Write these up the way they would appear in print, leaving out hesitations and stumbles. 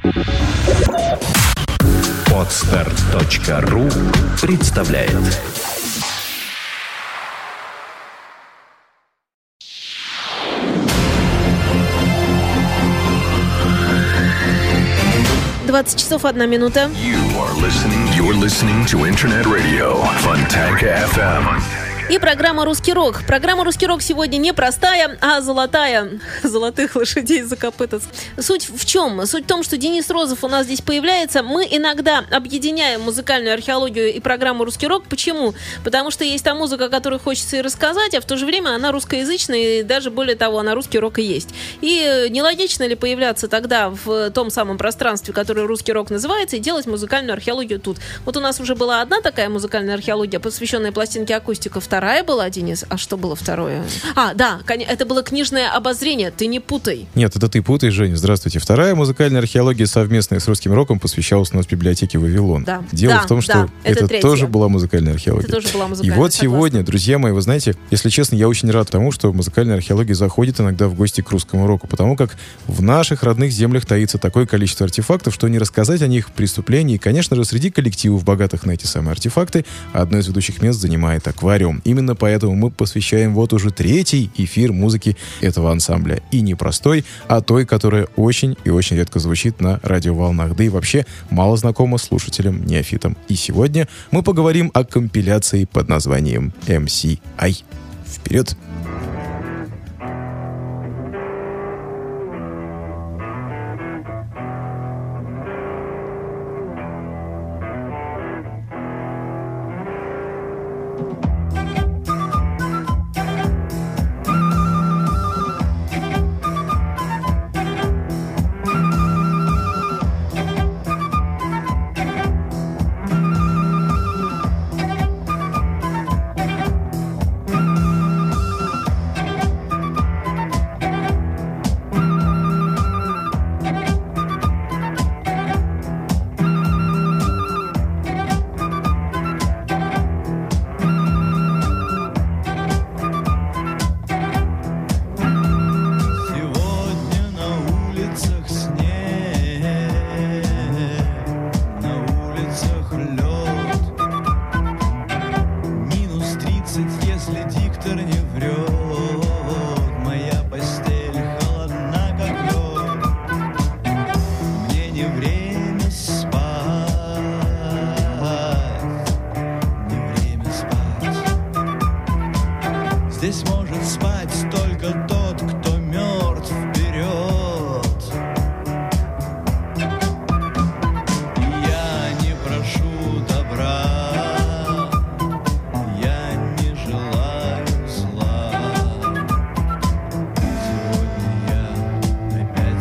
Podster.ru представляет. часов 1 минута. You're listening to Internet Radio Fontanka FM. И программа «Русский рок». Программа «Русский рок» сегодня не простая, а золотая. Золотых лошадей за копыта. Суть в чем? Суть в том, что Денис Розов у нас здесь появляется. Мы иногда объединяем музыкальную археологию и программу «Русский рок». Почему? Потому что есть та музыка, о которой хочется и рассказать, а в то же время она русскоязычная, и даже более того, она русский рок и есть. И нелогично ли появляться тогда в том самом пространстве, которое «Русский рок» называется, и делать музыкальную археологию тут? Вот у нас уже была одна такая музыкальная археология, посвященная пластинке «Акустика». Вторая была, Денис? А что было второе? Да, это было книжное обозрение. Ты не путай. Нет, это ты путаешь, Женя. Здравствуйте. Вторая музыкальная археология, совместная с «Русским роком», посвящалась у нас в библиотеке «Вавилон». Да. Дело в том, что это тоже была музыкальная археология. Это тоже была музыкальная, и вот согласна. Сегодня, друзья мои, вы знаете, если честно, я очень рад тому, что музыкальная археология заходит иногда в гости к русскому року, потому как в наших родных землях таится такое количество артефактов, что не рассказать о них преступлений. И, конечно же, среди коллективов, богатых на эти самые артефакты, одно из ведущих мест занимает аквариум. Именно поэтому мы посвящаем вот уже 3-й эфир музыки этого ансамбля. И не простой, а той, которая очень и очень редко звучит на радиоволнах. Да и вообще мало знакома слушателям-неофитам. И сегодня мы поговорим о компиляции под названием MCI. Вперед! Здесь может спать только тот, кто мертв вперед. Я не прошу добра, я не желаю зла. Сегодня я опять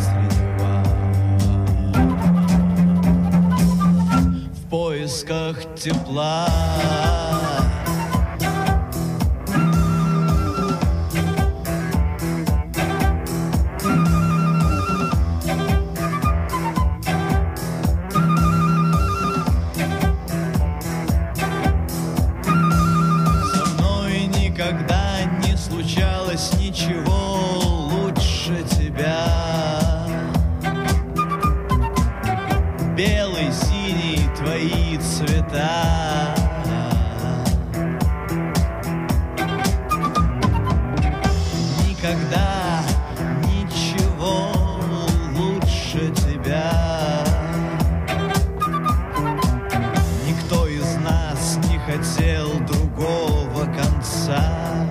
среди вас в поисках тепла. Ничего лучше тебя. Белый, синий, твои цвета. Никогда ничего лучше тебя. Никто из нас не хотел другого конца.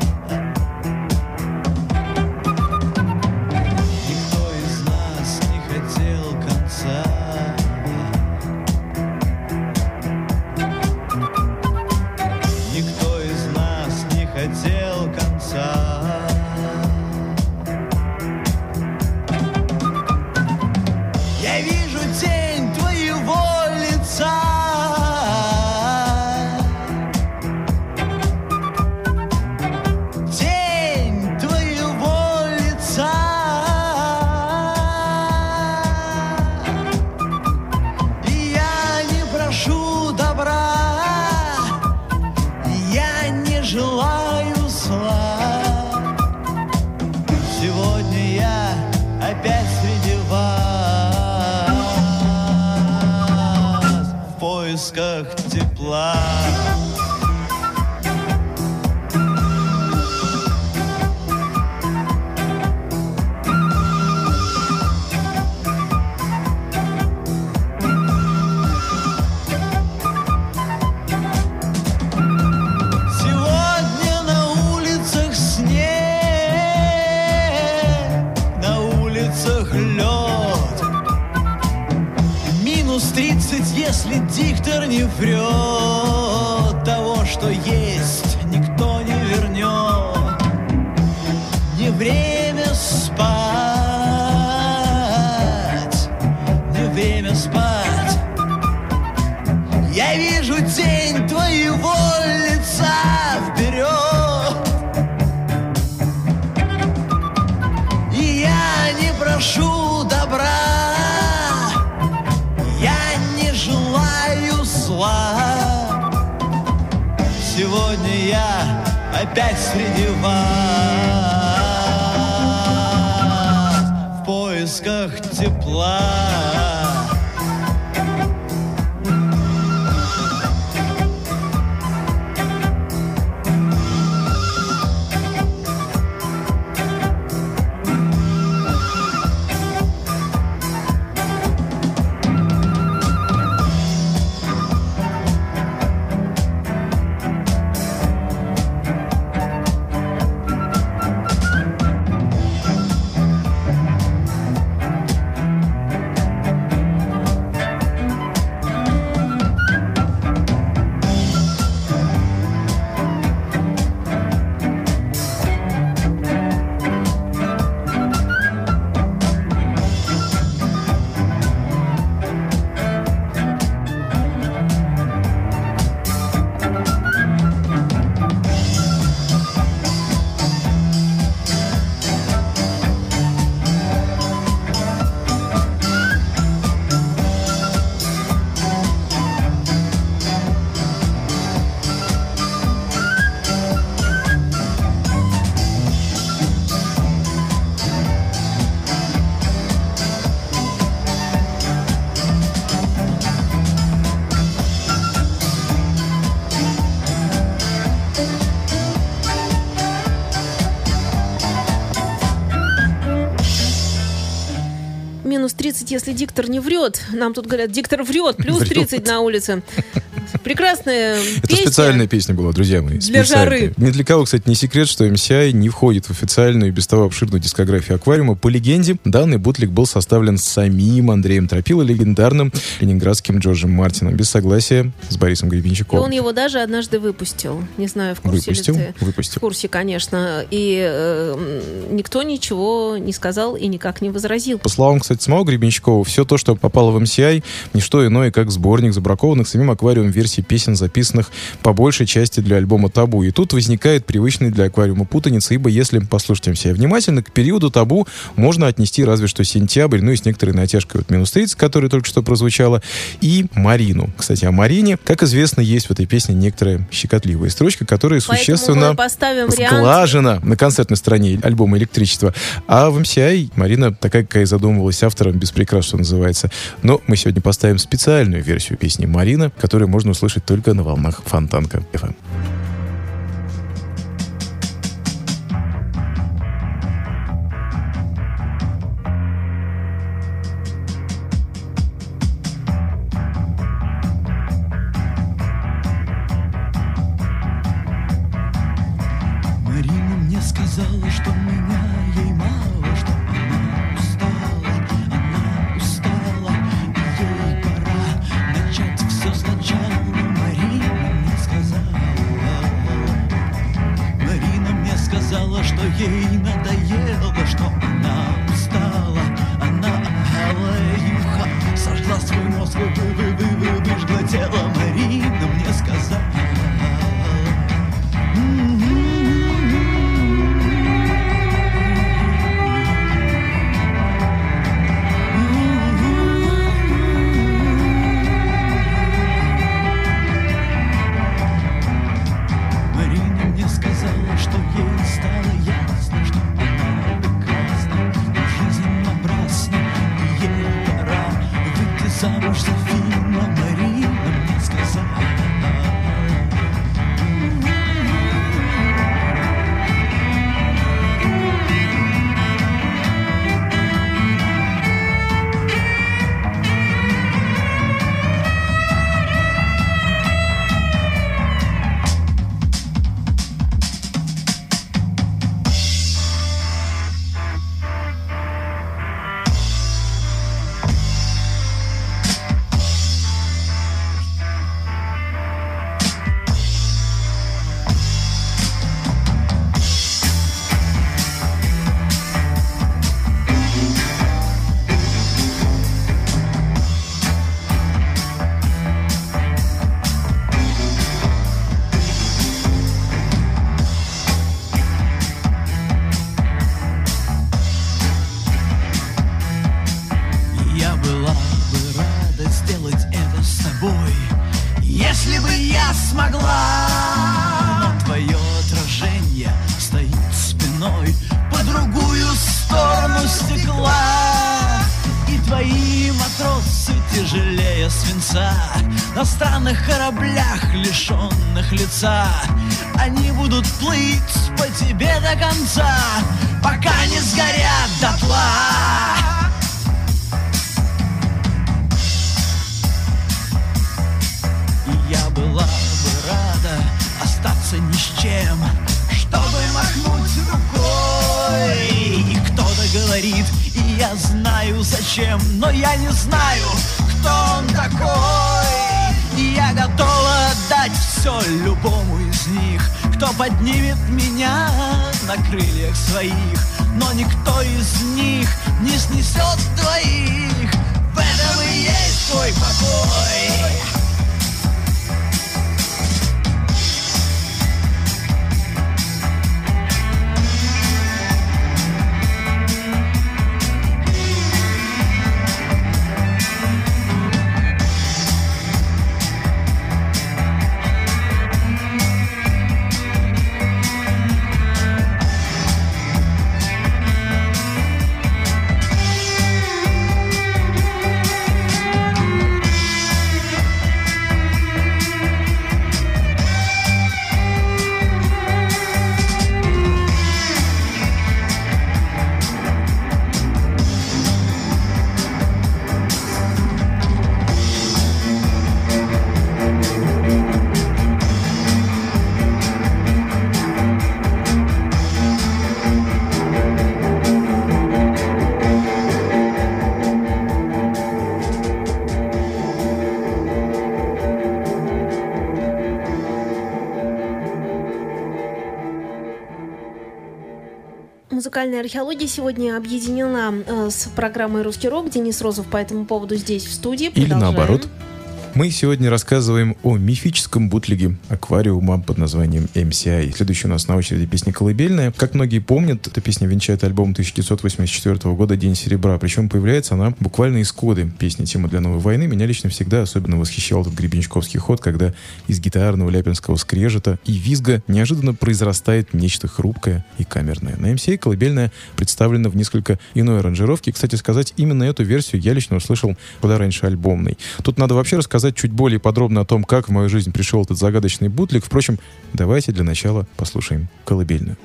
Я вижу тень твоего лица. Тень твоего лица. И я не прошу добра, я не желаю зла. Сегодня я опять среди вас. поисках тепла. Сегодня на улицах снег, на улицах лед. Минус 30, если диктор не врет. Того, что есть, никто не вернет. Не время спать, не время спать. Я вижу тень твоего лица вперед. И я не прошу добра, я не желаю зла. Сегодня я опять среди вас в поисках тепла. Минус 30, если диктор не врет. Нам тут говорят, диктор врет. Плюс 30 на улице. Прекрасная песня. Это специальная песня была, друзья мои. Для жары. Ни для кого, кстати, не секрет, что MCI не входит в официальную и без того обширную дискографию «Аквариума». По легенде, данный бутлег был составлен самим Андреем Тропило, легендарным ленинградским Джорджем Мартином, без согласия с Борисом И Гребенщиковым. он его даже однажды выпустил. Не знаю, в курсе ли ты. Выпустил. В курсе, конечно. И никто ничего не сказал и никак не возразил. По словам, кстати, самого Гребенщикова, все то, что попало в MCI, не что иное, как сборник забракованных самим «Аквариум» версий песен, записанных по большей части для альбома «Табу». И тут возникает привычный для «Аквариума» путаница, ибо если послушать MCI внимательно, к периоду «Табу» можно отнести разве что сентябрь, ну и с некоторой натяжкой вот «Минус 30», которая только что прозвучала, и «Марину». Кстати, о «Марине», как известно, есть в этой песне некоторая щекотливая строчка, которая существенно сглажена на концертной стороне альбома «Электричество». А в MCI Марина такая, какая задумывалась автором, без прикрас, что называется. Но мы сегодня поставим специальную версию песни «Марина», которую можно услышать только на волнах Фонтанка FM. Марина мне сказала, что меня ей мало, что она устала, и ей пора начать все сначала. Марина мне сказала, что ей надоело, что она устала, она алаюха, сожгла свой мозг, выжгла тело. Марина мне сказала. Замуж за фильма. Марина мне сказать. Если бы я смогла, но твое отражение стоит спиной по другую сторону стекла. И твои матросы тяжелее свинца на странных кораблях, лишенных лица. Они будут плыть по тебе до конца, пока не сгорят дотла. Я была бы рада остаться ни с чем, чтобы махнуть рукой. И кто-то говорит, и я знаю зачем, но я не знаю, кто он такой. И я готова отдать все любому из них, кто поднимет меня на крыльях своих. Но никто из них не снесет двоих. В этом и есть твой покой. Музыкальная археология сегодня объединена с программой «Русский рок». Денис Розов по этому поводу здесь, в студии. Или наоборот. Мы сегодня рассказываем о мифическом бутлеге аквариума под названием MCI. Следующая у нас на очереди песня «Колыбельная». Как многие помнят, эта песня венчает альбом 1984 года «День серебра». Причем появляется она буквально из коды песни «Тема для новой войны». Меня лично всегда особенно восхищал этот гребенщиковский ход, когда из гитарного ляпинского скрежета и визга неожиданно произрастает нечто хрупкое и камерное. На MCI «Колыбельная» представлена в несколько иной аранжировке. Кстати сказать, именно эту версию я лично услышал куда раньше альбомной. Тут надо вообще рассказать чуть более подробно о том, как в мою жизнь пришел этот загадочный бутлег. Впрочем, давайте для начала послушаем «Колыбельную».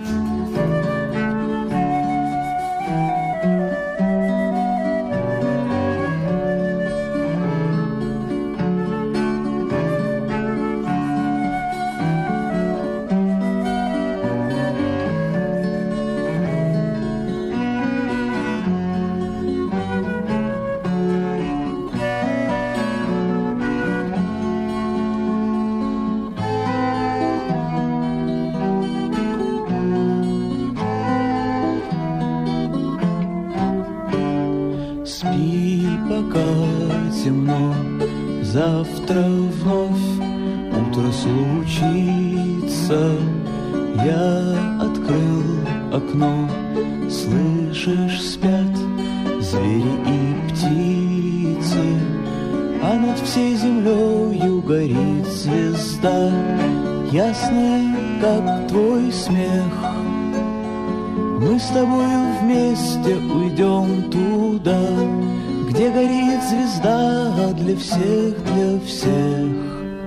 Завтра вновь утро случится. Я открыл окно, слышишь, спят звери и птицы, а над всей землею горит звезда, ясная, как твой смех. Мы с тобою вместе уйдем туда, где горит звезда для всех, для всех.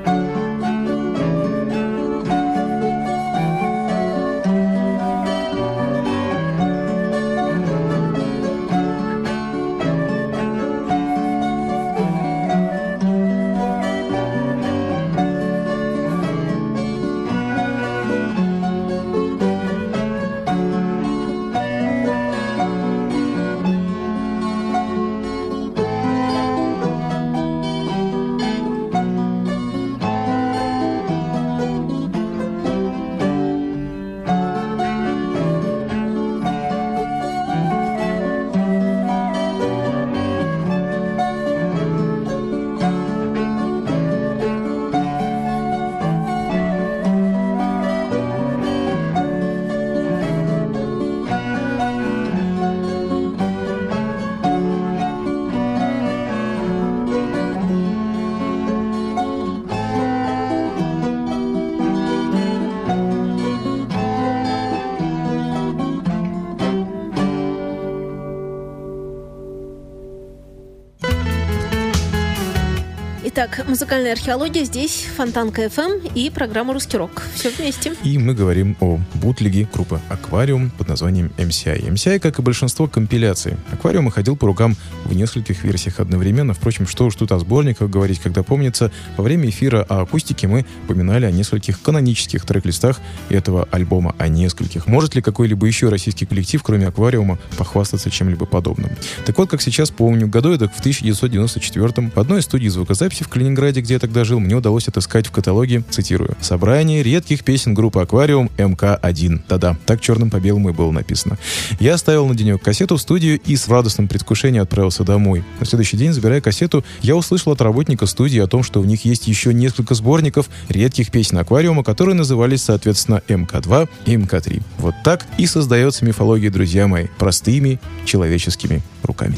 Итак, музыкальная археология здесь, Фонтанка FM и программа «Русский рок». Все вместе. И мы говорим о бутлеге группы «Аквариум» под названием MCI. MCI, как и большинство компиляций. «Аквариум» ходил по рукам в нескольких версиях одновременно. Впрочем, что уж тут о сборниках говорить, когда помнится, во время эфира о акустике мы упоминали о нескольких канонических трек-листах этого альбома, о нескольких. Может ли какой-либо еще российский коллектив, кроме «Аквариума», похвастаться чем-либо подобным? Так вот, как сейчас помню, году это в 1994-м в одной из студий звукозаписи в Калининграде, где я тогда жил, мне удалось отыскать в каталоге, цитирую, «Собрание редких песен группы «Аквариум» МК-1». Да-да, так черным по белому и было написано. Я оставил на денек кассету в студию и с радостным предвкушением отправился домой. На следующий день, забирая кассету, я услышал от работника студии о том, что у них есть еще несколько сборников редких песен «Аквариума», которые назывались, соответственно, МК-2 и МК-3. Вот так и создается мифология, друзья мои, простыми человеческими руками.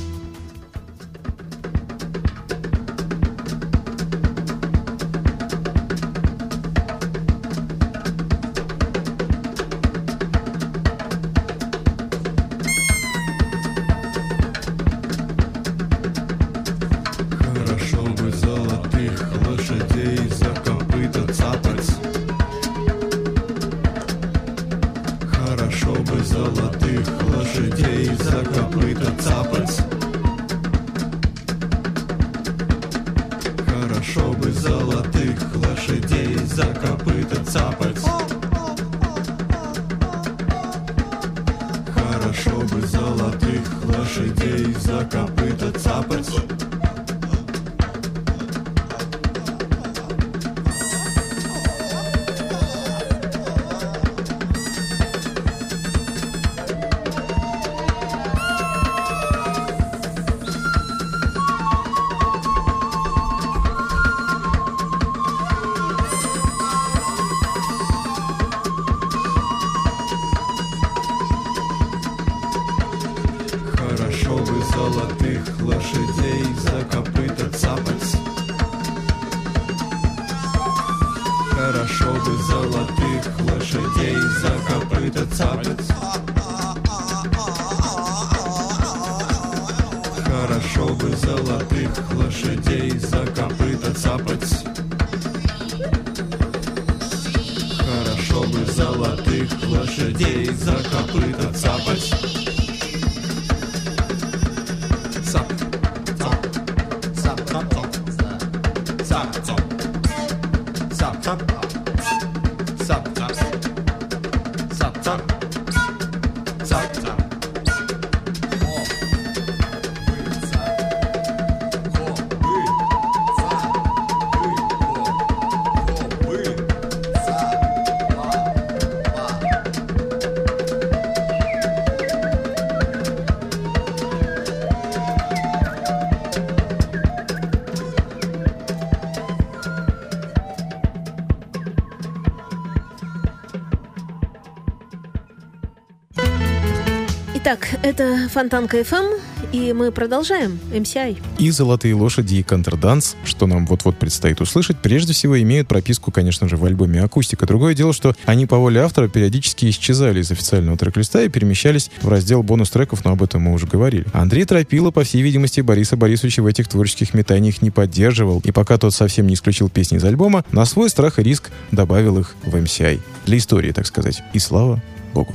Итак, это Фонтанка FM, и мы продолжаем. MCI. И «Золотые лошади» и «Контрданс», что нам вот-вот предстоит услышать, прежде всего имеют прописку, конечно же, в альбоме «Акустика». Другое дело, что они по воле автора периодически исчезали из официального трек-листа и перемещались в раздел бонус-треков, но об этом мы уже говорили. Андрей Тропила, по всей видимости, Бориса Борисовича в этих творческих метаниях не поддерживал, и пока тот совсем не исключил песни из альбома, на свой страх и риск добавил их в MCI. Для истории, так сказать. И слава Богу.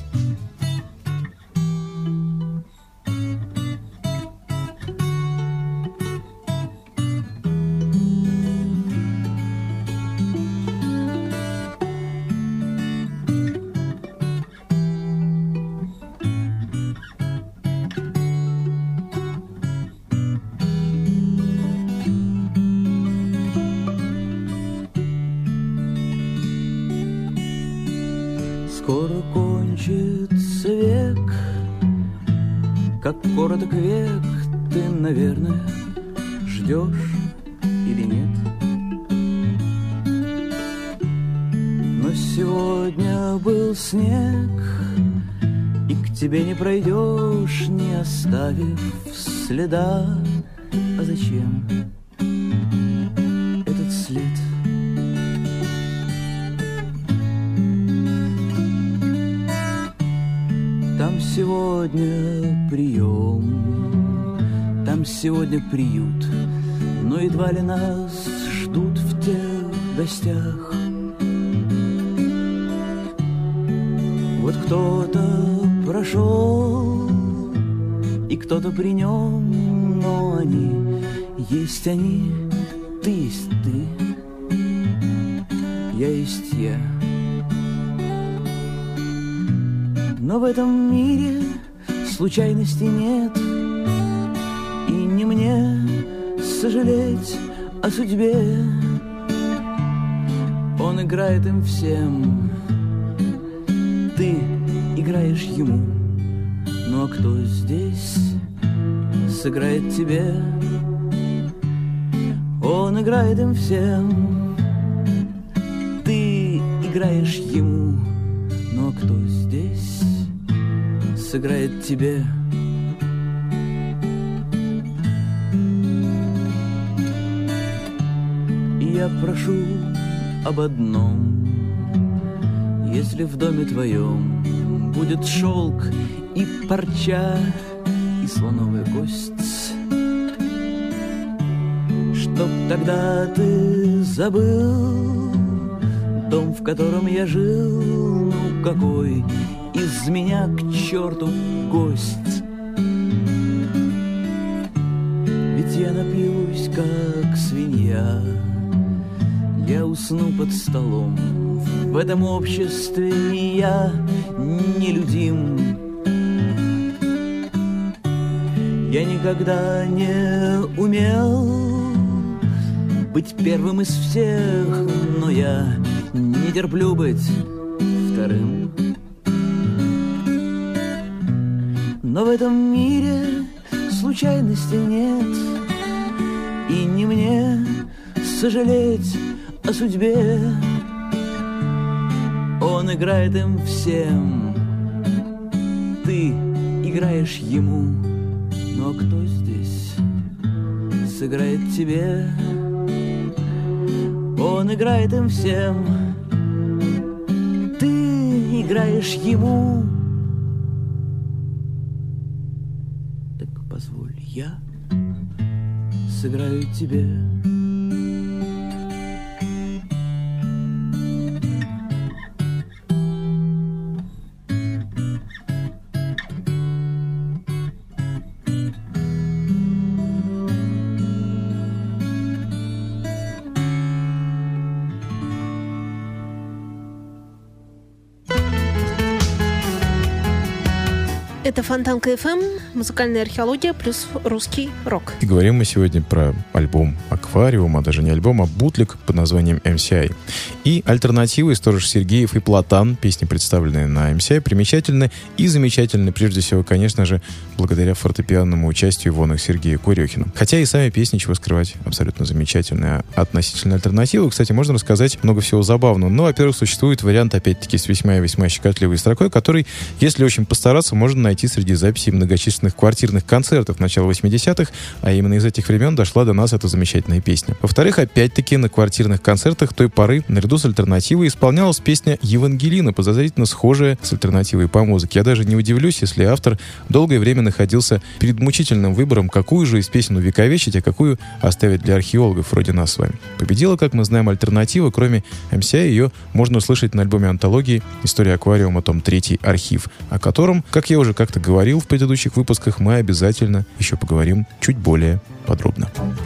Скоро кончится век, как короток век, ты, наверное, ждешь или нет. Но сегодня был снег, и к тебе не пройдешь, не оставив следа. А зачем этот след? Там сегодня прием, там сегодня приют, но едва ли нас гостях. Вот кто-то прошел, и кто-то при нем, но они есть они, ты есть ты, я есть я. Но в этом мире случайностей нет, и не мне сожалеть о судьбе. Он играет им всем, ты играешь ему. Ну а кто здесь сыграет тебе? Он играет им всем, ты играешь ему. Ну а кто здесь сыграет тебе? И я прошу об одном: если в доме твоем будет шелк и парча, и слоновая кость, чтоб тогда ты забыл дом, в котором я жил. Ну какой из меня к черту гость? Ведь я напьюсь, как свинья, я усну под столом. В этом обществе я нелюдим. Я никогда не умел быть первым из всех, но я не терплю быть вторым. Но в этом мире случайностей нет, и не мне сожалеть о судьбе. Он играет им всем, ты играешь ему. Ну а кто здесь сыграет тебе? Он играет им всем, ты играешь ему. Так позволь, я сыграю тебе. Это Фонтанка FM, музыкальная археология плюс русский рок. И говорим мы сегодня про альбом «Аквариум», а даже не альбом, а бутлег под названием MCI. И альтернативы «Сторож Сергеев» и «Платан», песни, представленные на MCI, примечательны и замечательны, прежде всего, конечно же, благодаря фортепианному участию в их Сергея Курехина. Хотя и сами песни, чего скрывать, абсолютно замечательные. А относительно альтернативы, кстати, можно рассказать много всего забавного. Но, во-первых, существует вариант, опять-таки, с весьма и весьма щекотливой строкой, который, если очень постараться, можно найти среди записей многочисленных квартирных концертов начала 80-х, а именно из этих времен дошла до нас эта замечательная песня. Во-вторых, опять-таки, на квартирных концертах той поры наряду с альтернативой исполнялась песня Евангелина, подозрительно схожая с альтернативой по музыке. Я даже не удивлюсь, если автор долгое время находился перед мучительным выбором, какую же из песен увековечить, а какую оставить для археологов вроде нас с вами. Победила, как мы знаем, альтернатива. Кроме MCI, ее можно услышать на альбоме антологии «История аквариума. Том 3. Архив», о котором, как я уже как-то говорил в предыдущих выпусках, мы обязательно еще поговорим чуть более подробно.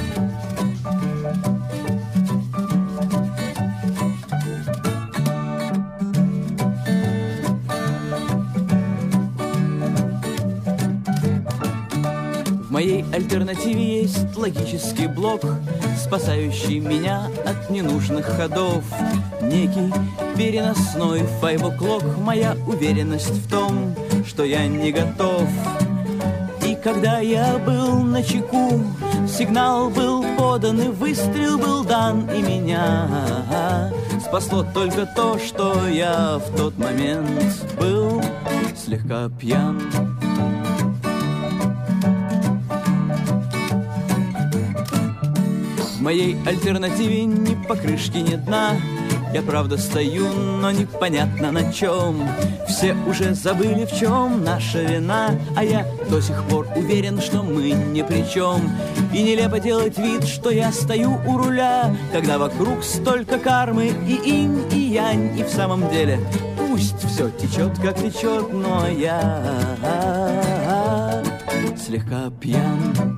В моей альтернативе есть логический блок, спасающий меня от ненужных ходов. Некий переносной файв-о'клок, моя уверенность в том, что я не готов. И когда я был начеку, сигнал был подан и выстрел был дан, и меня спасло только то, что я в тот момент был слегка пьян. В моей альтернативе ни покрышки, ни дна. Я правда стою, но непонятно на чем. Все уже забыли, в чем наша вина, а я до сих пор уверен, что мы ни при чем. И нелепо делать вид, что я стою у руля, когда вокруг столько кармы и инь, и янь. И в самом деле пусть все течет, как течет, но я слегка пьян.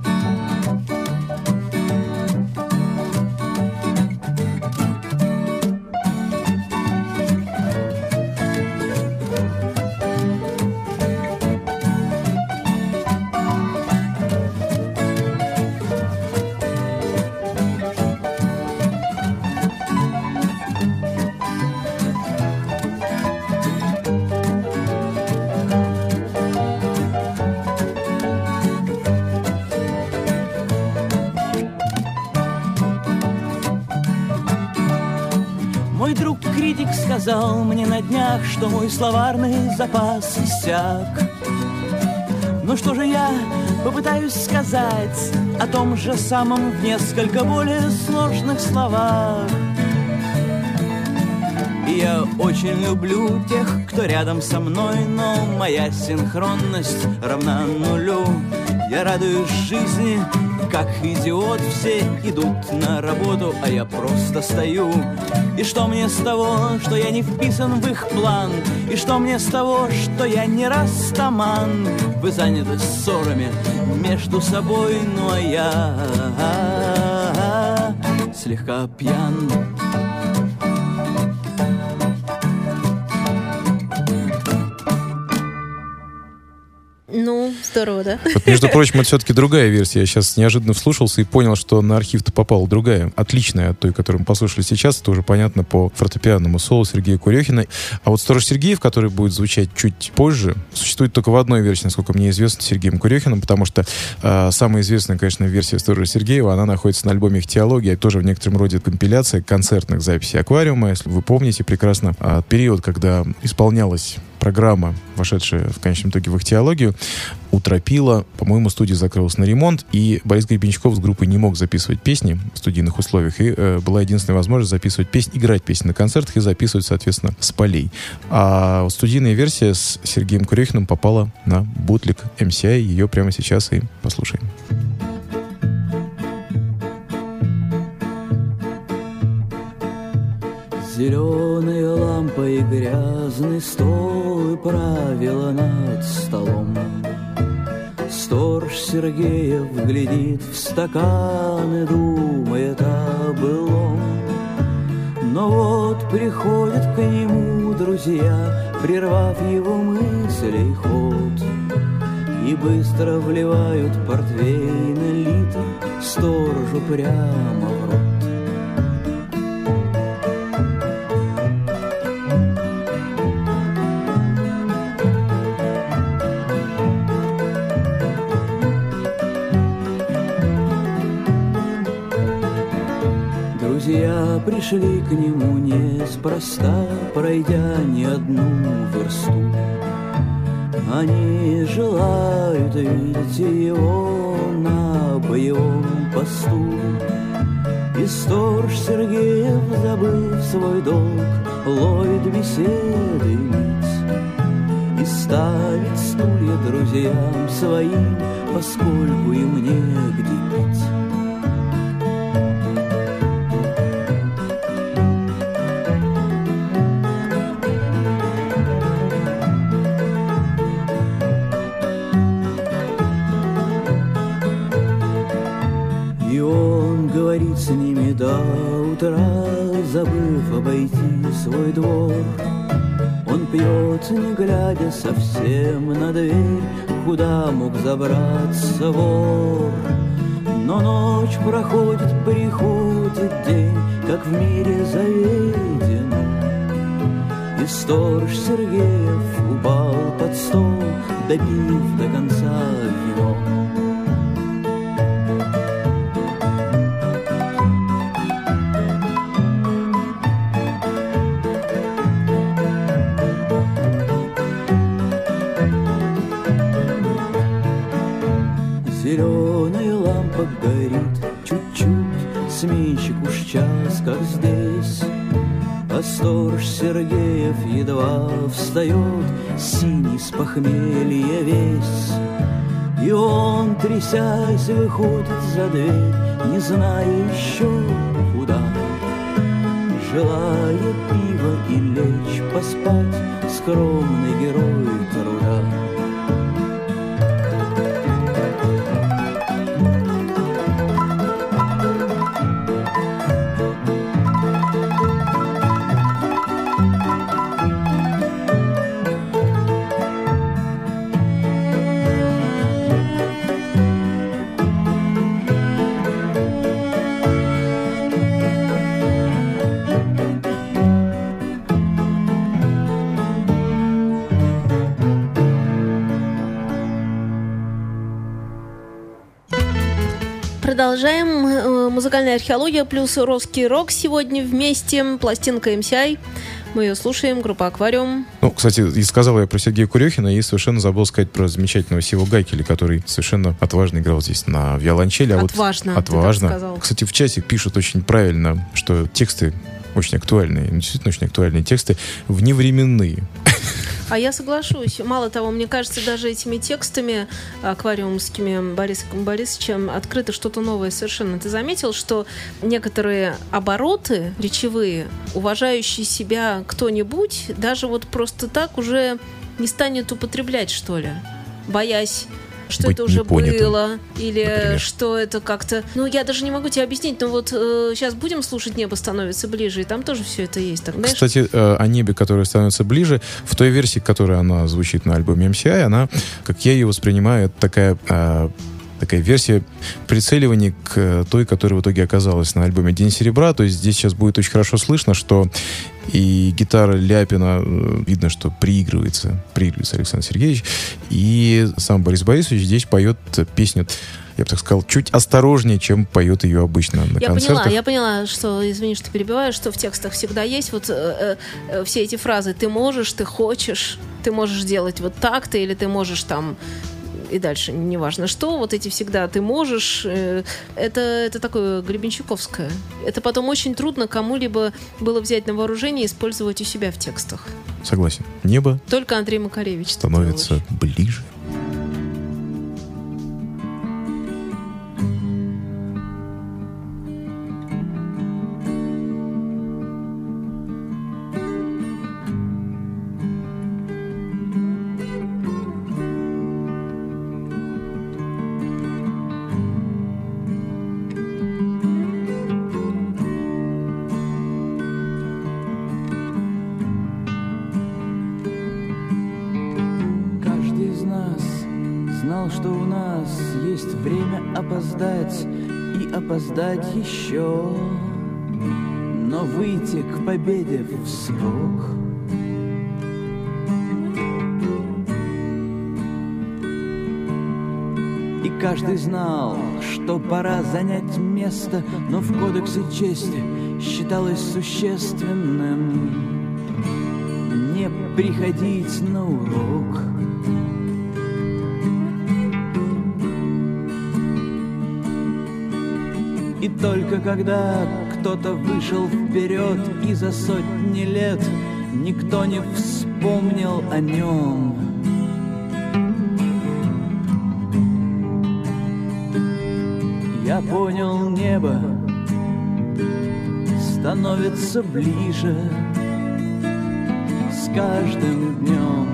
Сказал мне на днях, что мой словарный запас иссяк. Ну что же я попытаюсь сказать о том же самом в несколько более сложных словах. И я очень люблю тех, кто рядом со мной, но моя синхронность равна нулю. Я радуюсь жизни, как идиот, все идут на работу, а я просто стою. И что мне с того, что я не вписан в их план? И что мне с того, что я не растаман? Вы заняты ссорами между собой, ну а я слегка пьян. Ну, здорово, да? Вот, между прочим, это все-таки другая версия. Я сейчас неожиданно вслушался и понял, что на архив-то попала другая, отличная от той, которую мы послушали сейчас. Это уже понятно по фортепианному соло Сергея Курехина. А вот «Сторож Сергеев», который будет звучать чуть позже, существует только в одной версии, насколько мне известно, Сергеем Курехиным, потому что самая известная, конечно, версия «Сторожа Сергеева», она находится на альбоме «Ихтиология», тоже в некотором роде компиляция концертных записей «Аквариума». Если вы помните прекрасно период, когда исполнялась программа, вошедшая в конечном итоге в «Ихтиологию», утропила, по-моему, студия закрылась на ремонт, и Борис Гребенщиков с группой не мог записывать песни в студийных условиях, и была единственная возможность записывать песни, играть песни на концертах и записывать, соответственно, с полей. А студийная версия с Сергеем Курехиным попала на бутлик MCI, ее прямо сейчас и послушаем. Зеленая лампа и грязный стол, и правила над столом. Сторож Сергеев глядит в стакан и думает о былом. Но вот приходят к нему друзья, прервав его мыслей ход, и быстро вливают портвейный литр сторожу прямо в рот. Друзья пришли к нему неспроста, пройдя не одну версту. Они желают видеть его на боевом посту. И сторож Сергеев, забыв свой долг, ловит беседы нить и ставит стулья друзьям своим, поскольку им негде пить. С ними до утра, забыв обойти свой двор. Он пьет, не глядя совсем на дверь, куда мог забраться вор. Но ночь проходит, приходит день, как в мире заведено. И сторож Сергеев упал под стол, допив до конца вино. Зеленая лампа горит чуть-чуть, сменщик уж час, как здесь. А сторож Сергеев едва встает, синий с похмелья весь. И он, трясясь, выходит за дверь, не зная еще куда, желая пива и лечь поспать, скромный герой труда. Продолжаем. Музыкальная археология плюс русский рок сегодня вместе. Пластинка MCI. Мы ее слушаем. Группа «Аквариум». Ну, кстати, и сказал я про Сергея Курехина, и совершенно забыл сказать про замечательного Сиву Гайкеля, который совершенно отважно играл здесь на виолончели. Отважно. Отважно. Кстати, в чате пишут очень правильно, что тексты очень актуальные, действительно очень актуальные тексты, вневременные. А я соглашусь. Мало того, мне кажется, даже этими текстами аквариумскими Борисом Борисовичем открыто что-то новое совершенно. Ты заметил, что некоторые обороты речевые, уважающий себя кто-нибудь, даже вот просто так уже не станет употреблять, что ли? Боясь, что это уже было, или например, что это как-то... Ну, я даже не могу тебе объяснить, но вот сейчас будем слушать «Небо становится ближе», и там тоже все это есть. Так, кстати, о «Небе, которое становится ближе», в той версии, которой она звучит на альбоме MCI, она, как я ее воспринимаю, это такая версия прицеливания к той, которая в итоге оказалась на альбоме «День серебра». То есть здесь сейчас будет очень хорошо слышно, что и гитара Ляпина, видно, что приигрывается Александр Сергеевич, и сам Борис Борисович здесь поет песню, я бы так сказал, чуть осторожнее, чем поет ее обычно на концертах. Я поняла, что, извини, что перебиваю, что в текстах всегда есть вот все эти фразы «ты можешь», «ты хочешь», «ты можешь делать вот так-то», или «ты можешь там...» и дальше, неважно что, вот эти всегда «ты можешь», это такое гребенщиковское. Это потом очень трудно кому-либо было взять на вооружение и использовать у себя в текстах. Согласен. «Небо» только Андрей Макаревич становится ближе. Что у нас есть время опоздать и опоздать еще, но выйти к победе в срок. И каждый знал, что пора занять место, но в кодексе чести считалось существенным не приходить на урок. И только когда кто-то вышел вперед, и за сотни лет никто не вспомнил о нем, я понял, небо становится ближе с каждым днем.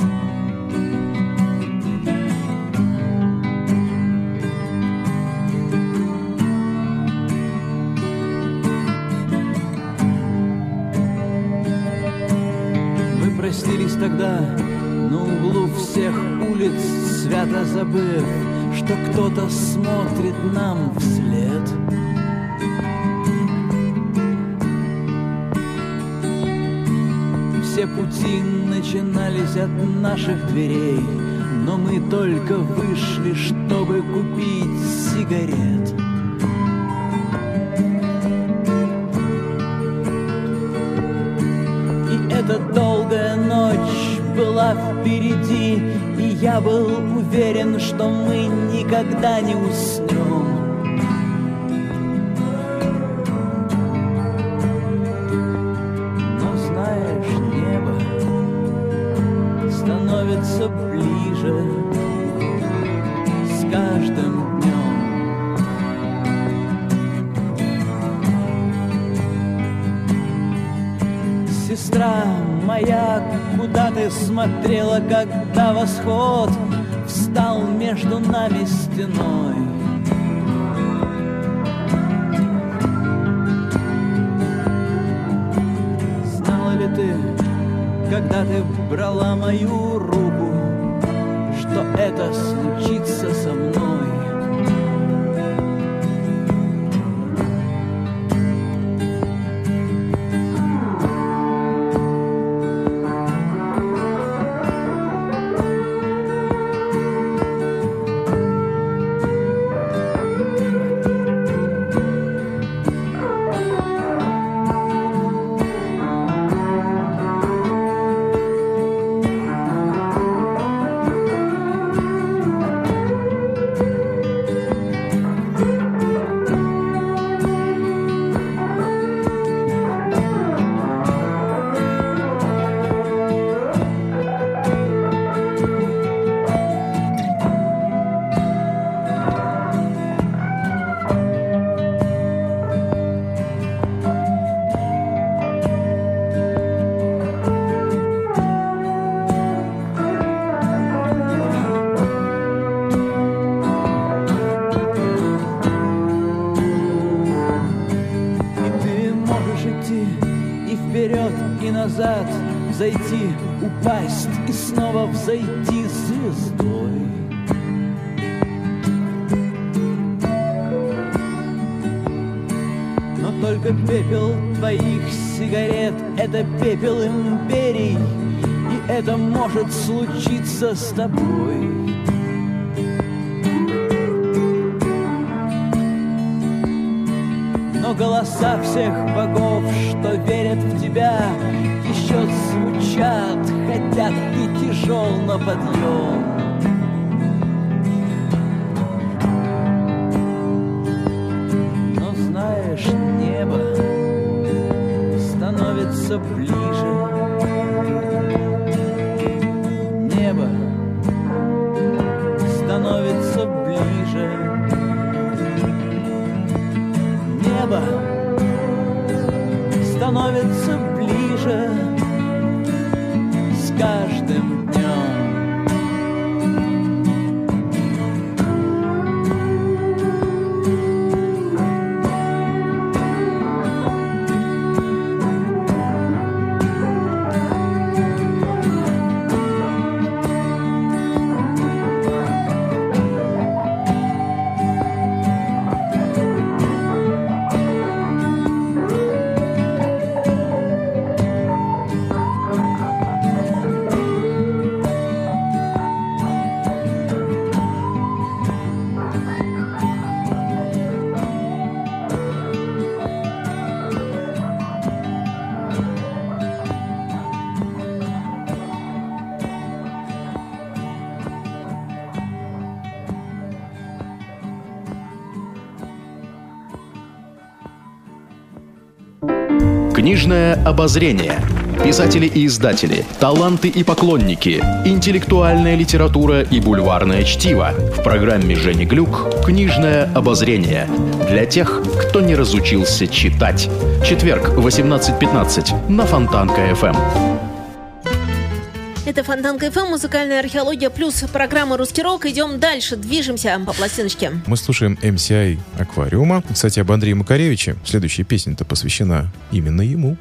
Простились тогда на углу всех улиц, свято забыв, что кто-то смотрит нам вслед. Все пути начинались от наших дверей, но мы только вышли, чтобы купить сигарет. Эта долгая ночь была впереди, и я был уверен, что мы никогда не уснем. сестра моя, куда ты смотрела, когда восход встал между нами стеной? Знала ли ты, когда ты брала мою руку, что это случится со мной? Зайти, упасть и снова взойти звездой. Но только пепел твоих сигарет — это пепел империй, и это может случиться с тобой. Но голоса всех богов, что верят в тебя, еще звучат, хотя ты тяжел на подъем. Но знаешь, небо становится ближе. Небо становится ближе. Небо становится ближе с каждым днем. Книжное обозрение. Писатели и издатели, таланты и поклонники, интеллектуальная литература и бульварное чтиво. В программе Жени Глюк «Книжное обозрение». Для тех, кто не разучился читать. Четверг, 18:15 на Фонтанка-ФМ. Это Фонтанка ФМ, музыкальная археология плюс программа «Русский рок». Идем дальше, движемся по пластиночке. Мы слушаем MCI «Аквариума». Кстати, об Андрее Макаревиче. Следующая песня-то посвящена именно ему.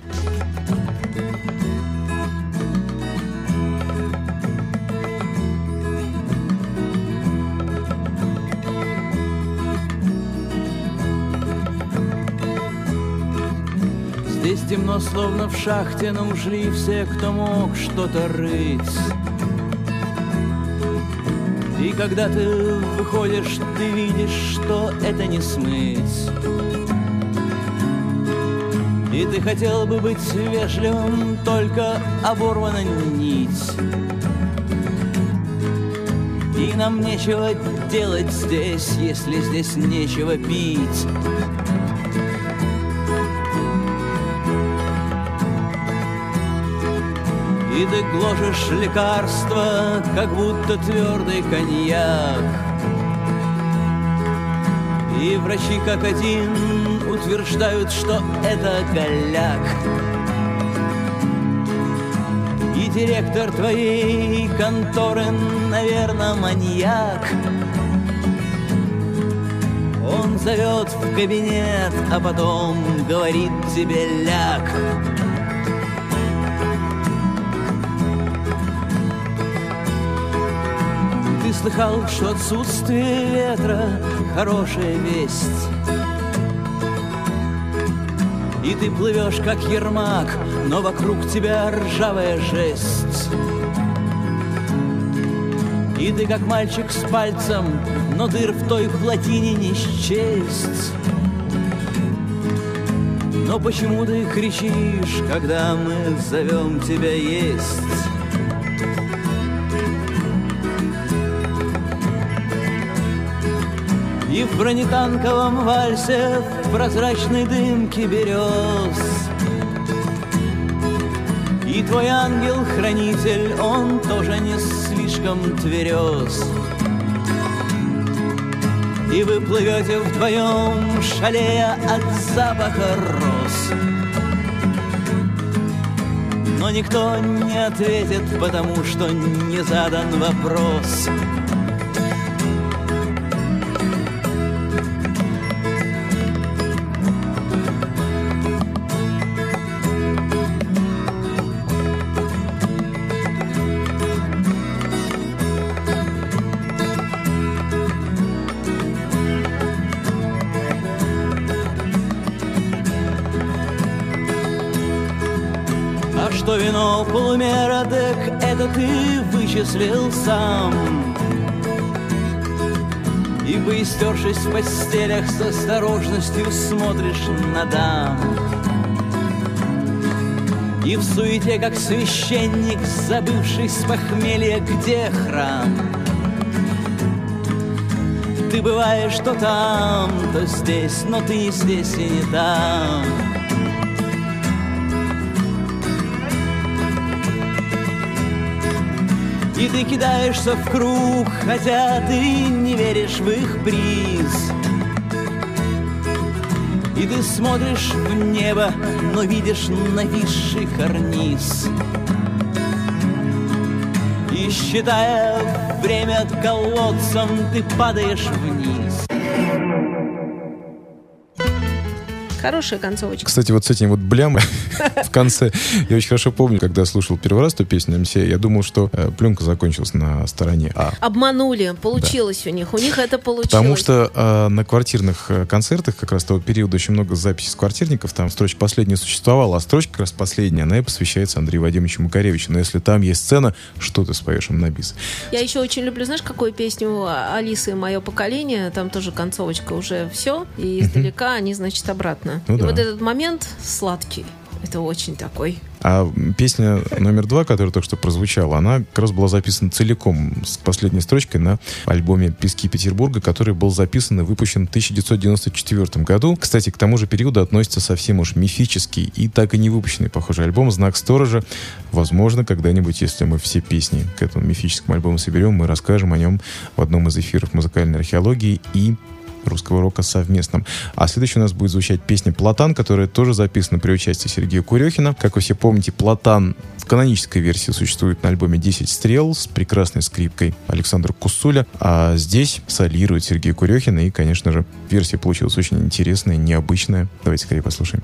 Здесь темно, словно в шахте, но ушли все, кто мог что-то рыть. И когда ты выходишь, ты видишь, что это не смыть. И ты хотел бы быть вежливым, только оборвана нить. И нам нечего делать здесь, если здесь нечего пить. И ты гложешь лекарство, как будто твердый коньяк. И врачи как один утверждают, что это голяк. директор твоей конторы, наверное, маньяк. Он зовет в кабинет, а потом говорит тебе ляг. Ты слыхал, что отсутствие ветра — хорошая весть. И ты плывешь, как Ермак, но вокруг тебя ржавая жесть. И ты, как мальчик с пальцем, но дыр в той плотине не счесть. Но почему ты кричишь, когда мы зовем тебя есть? И в бронетанковом вальсе, в прозрачной дымке берез, и твой ангел-хранитель, он тоже не слишком тверез. И вы плывете вдвоем, шалея от запаха роз. Но никто не ответит, потому что не задан вопрос. Что вино полумера, так это ты вычислил сам. И, поистершись в постелях, с осторожностью смотришь на дам. И в суете, как священник, забывший с похмелья, где храм. Ты бываешь то там, то здесь, но ты не здесь и не там. И ты кидаешься в круг, хотя ты не веришь в их приз. И ты смотришь в небо, но видишь нависший карниз. И считая время колодцем, ты падаешь вниз. Хорошая концовочка. Кстати, вот с этим вот блямой в конце, я очень хорошо помню, когда слушал первый раз эту песню MCA, я думал, что пленка закончилась на стороне А. Обманули, получилось у них это получилось. Потому что на квартирных концертах как раз того периода очень много записей с квартирников, там строчка последняя существовала, а строчка как раз последняя, она и посвящается Андрею Вадимовичу Макаревичу. Но если там есть сцена, что ты споешь им на бис? Я еще очень люблю, знаешь, какую песню Алисы «Мое поколение», там тоже концовочка уже все, и издалека они, значит, обратно. Ну, и да. вот этот момент сладкий, это очень такой. А песня номер 2, которая только что прозвучала, она как раз была записана целиком с последней строчкой на альбоме «Пески Петербурга», который был записан и выпущен в 1994 году. Кстати, к тому же периоду относится совсем уж мифический и так и не выпущенный, похожий альбом «Знак сторожа». Возможно, когда-нибудь, если мы все песни к этому мифическому альбому соберем, мы расскажем о нем в одном из эфиров музыкальной археологии и русского рока совместном. А следующей у нас будет звучать песня «Платан», которая тоже записана при участии Сергея Курехина. Как вы все помните, «Платан» в канонической версии существует на альбоме «10 стрел» с прекрасной скрипкой Александра Куссуля. А здесь солирует Сергей Курехин. И, конечно же, версия получилась очень интересная, необычная. Давайте скорее послушаем.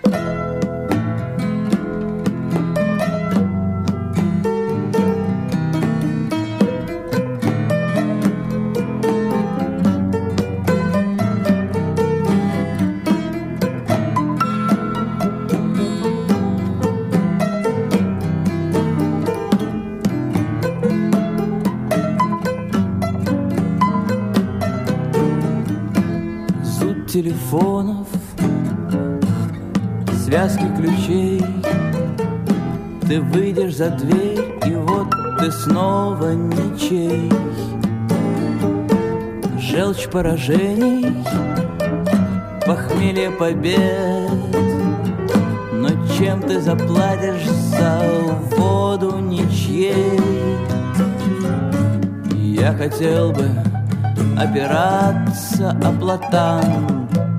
Телефонов, связки ключей. Ты выйдешь за дверь, и вот ты снова ничей. Желчь поражений, похмелье побед. Но чем ты заплатишь за воду ничьей? Я хотел бы опираться о платан.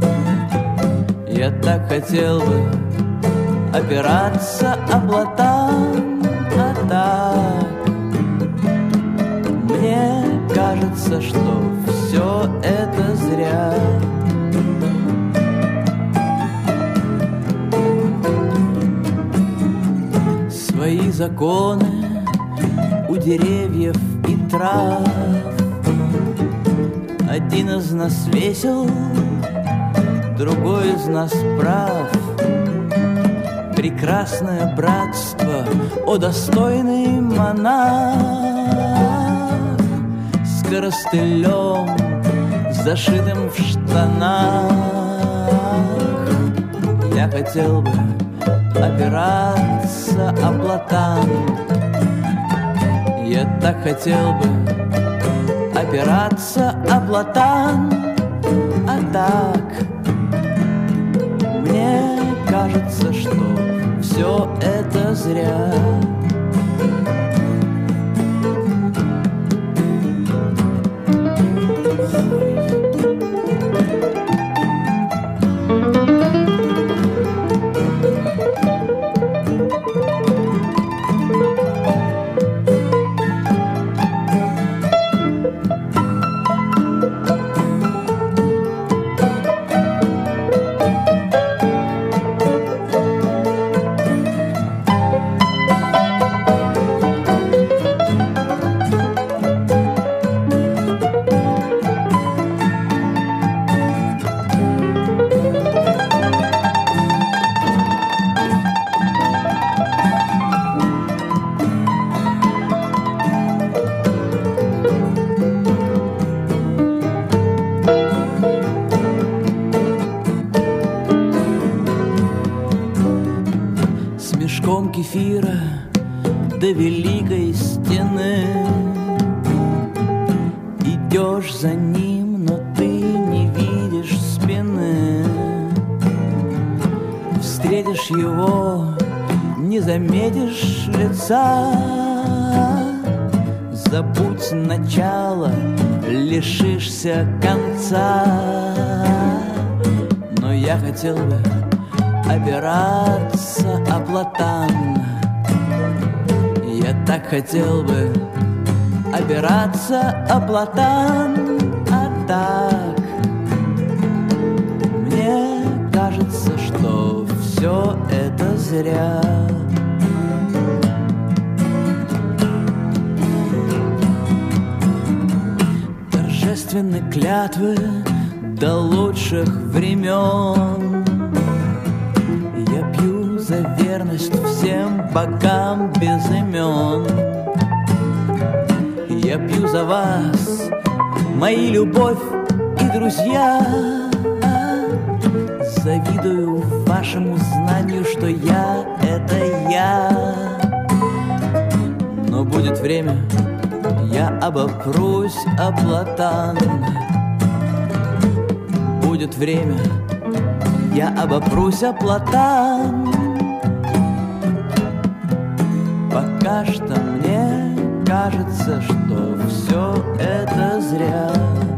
Я так хотел бы опираться о платан, а так мне кажется, что все это зря. Свои законы у деревьев и трав один из нас весел, другой из нас прав. Прекрасное братство, о достойный монах, с коростылем, зашитым в штанах. Я хотел бы опираться о платан, я так хотел бы опираться о платан, а так мне кажется, что все это зря. Кефира до великой стены. Идешь за ним, но ты не видишь спины. Встретишь его, не заметишь лица. Забудь начало, лишишься конца. Но я хотел бы опираться о платан. Я так хотел бы опираться о платан, а так мне кажется, что все это зря. Торжественны клятвы до лучших времен. Я пью за верность всем богам без имен. Я пью за вас, мои любовь и друзья. Завидую вашему знанию, что я — это я. Но будет время, я обопрусь о платан. Будет время, я обопрусь о платан. Пока что мне кажется, что все это зря.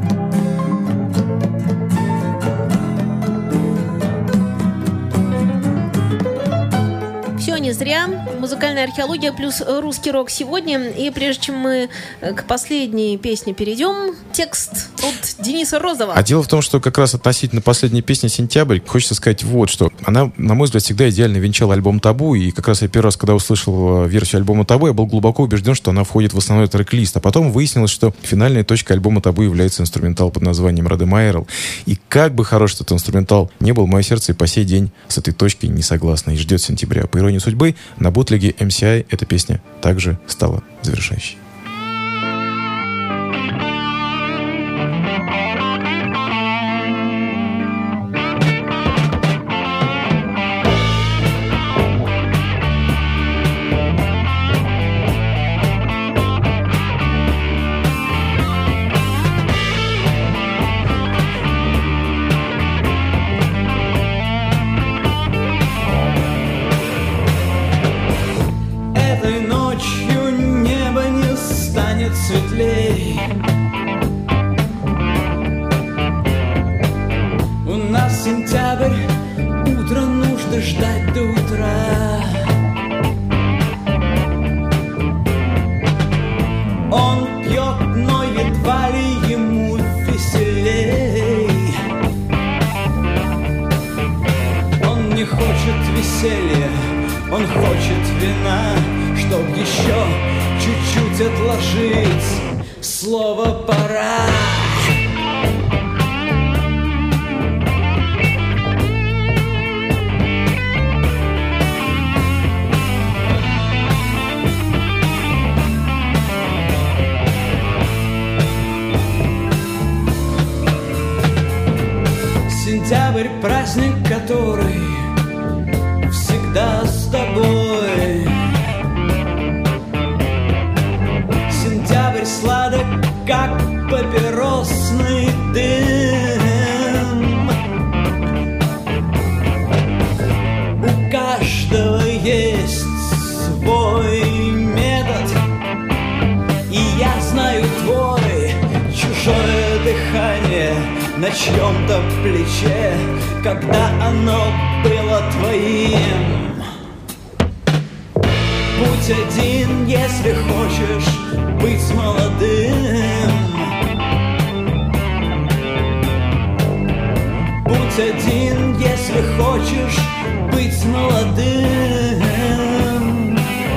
Все не зря. Музыкальная археология плюс русский рок сегодня. И прежде чем мы к последней песне перейдем, текст от Дениса Розова. А дело в том, что как раз относительно последней песни «Сентябрь» хочется сказать вот что. Она, на мой взгляд, всегда идеально венчала альбом «Табу». И как раз я первый раз, когда услышал версию альбома «Табу», я был глубоко убежден, что она входит в основной трек-лист. А потом выяснилось, что финальной точкой альбома «Табу» является инструментал под названием «Радемайерл». И как бы хорош этот инструментал не был, мое сердце и по сей день с этой точкой не согласно и ждет сентября. По иронии судьбы, на бутлеге MCI эта песня также стала завершающей. Светлей. У нас сентябрь, утро нужно ждать до утра. хочет веселья, он хочет вина, чтоб еще чуть-чуть отложить слово «пора». Сентябрь — праздник, который всегда с тобой. Сентябрь сладок, как папиросный дым. У каждого есть свой метод, и я знаю твой. Чужое дыхание на чьем-то плече, когда оно было твоим. Будь один, если хочешь быть молодым. Будь один, если хочешь быть молодым.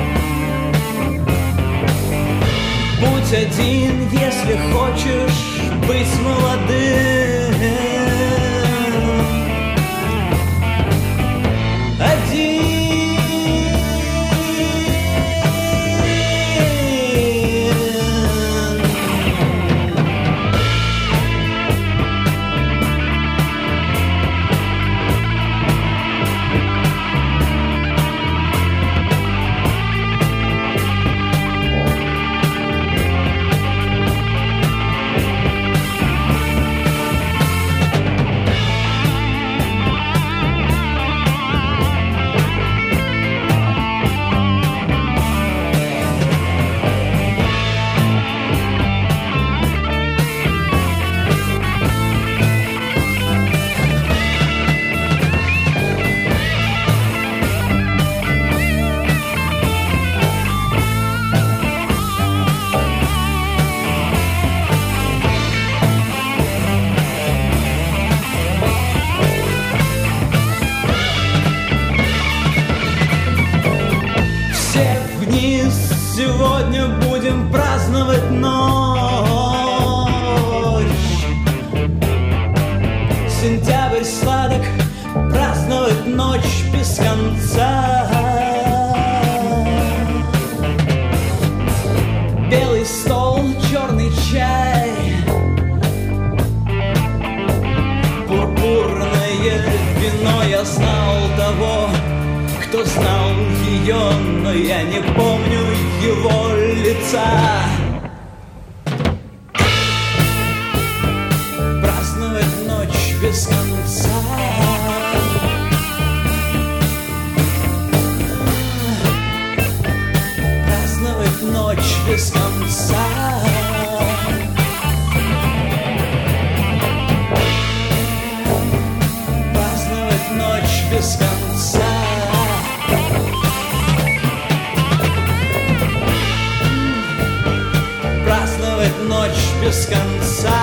Будь один, если хочешь быть молодым. Сегодня будем праздновать ночь. Сентябрь сладок, праздновать ночь без конца. Белый стол, черный чай, пурпурное вино. Я знал того, кто знал ее, но я не помню его лица. Праздновать ночь без конца. Праздновать ночь без конца. Праздновать ночь без конца. Ночь без конца.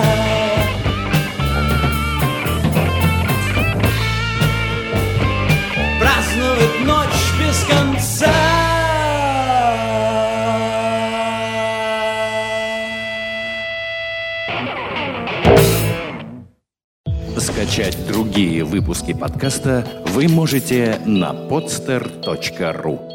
Праздновать ночь без конца. Скачать другие выпуски подкаста вы можете на podster.ru.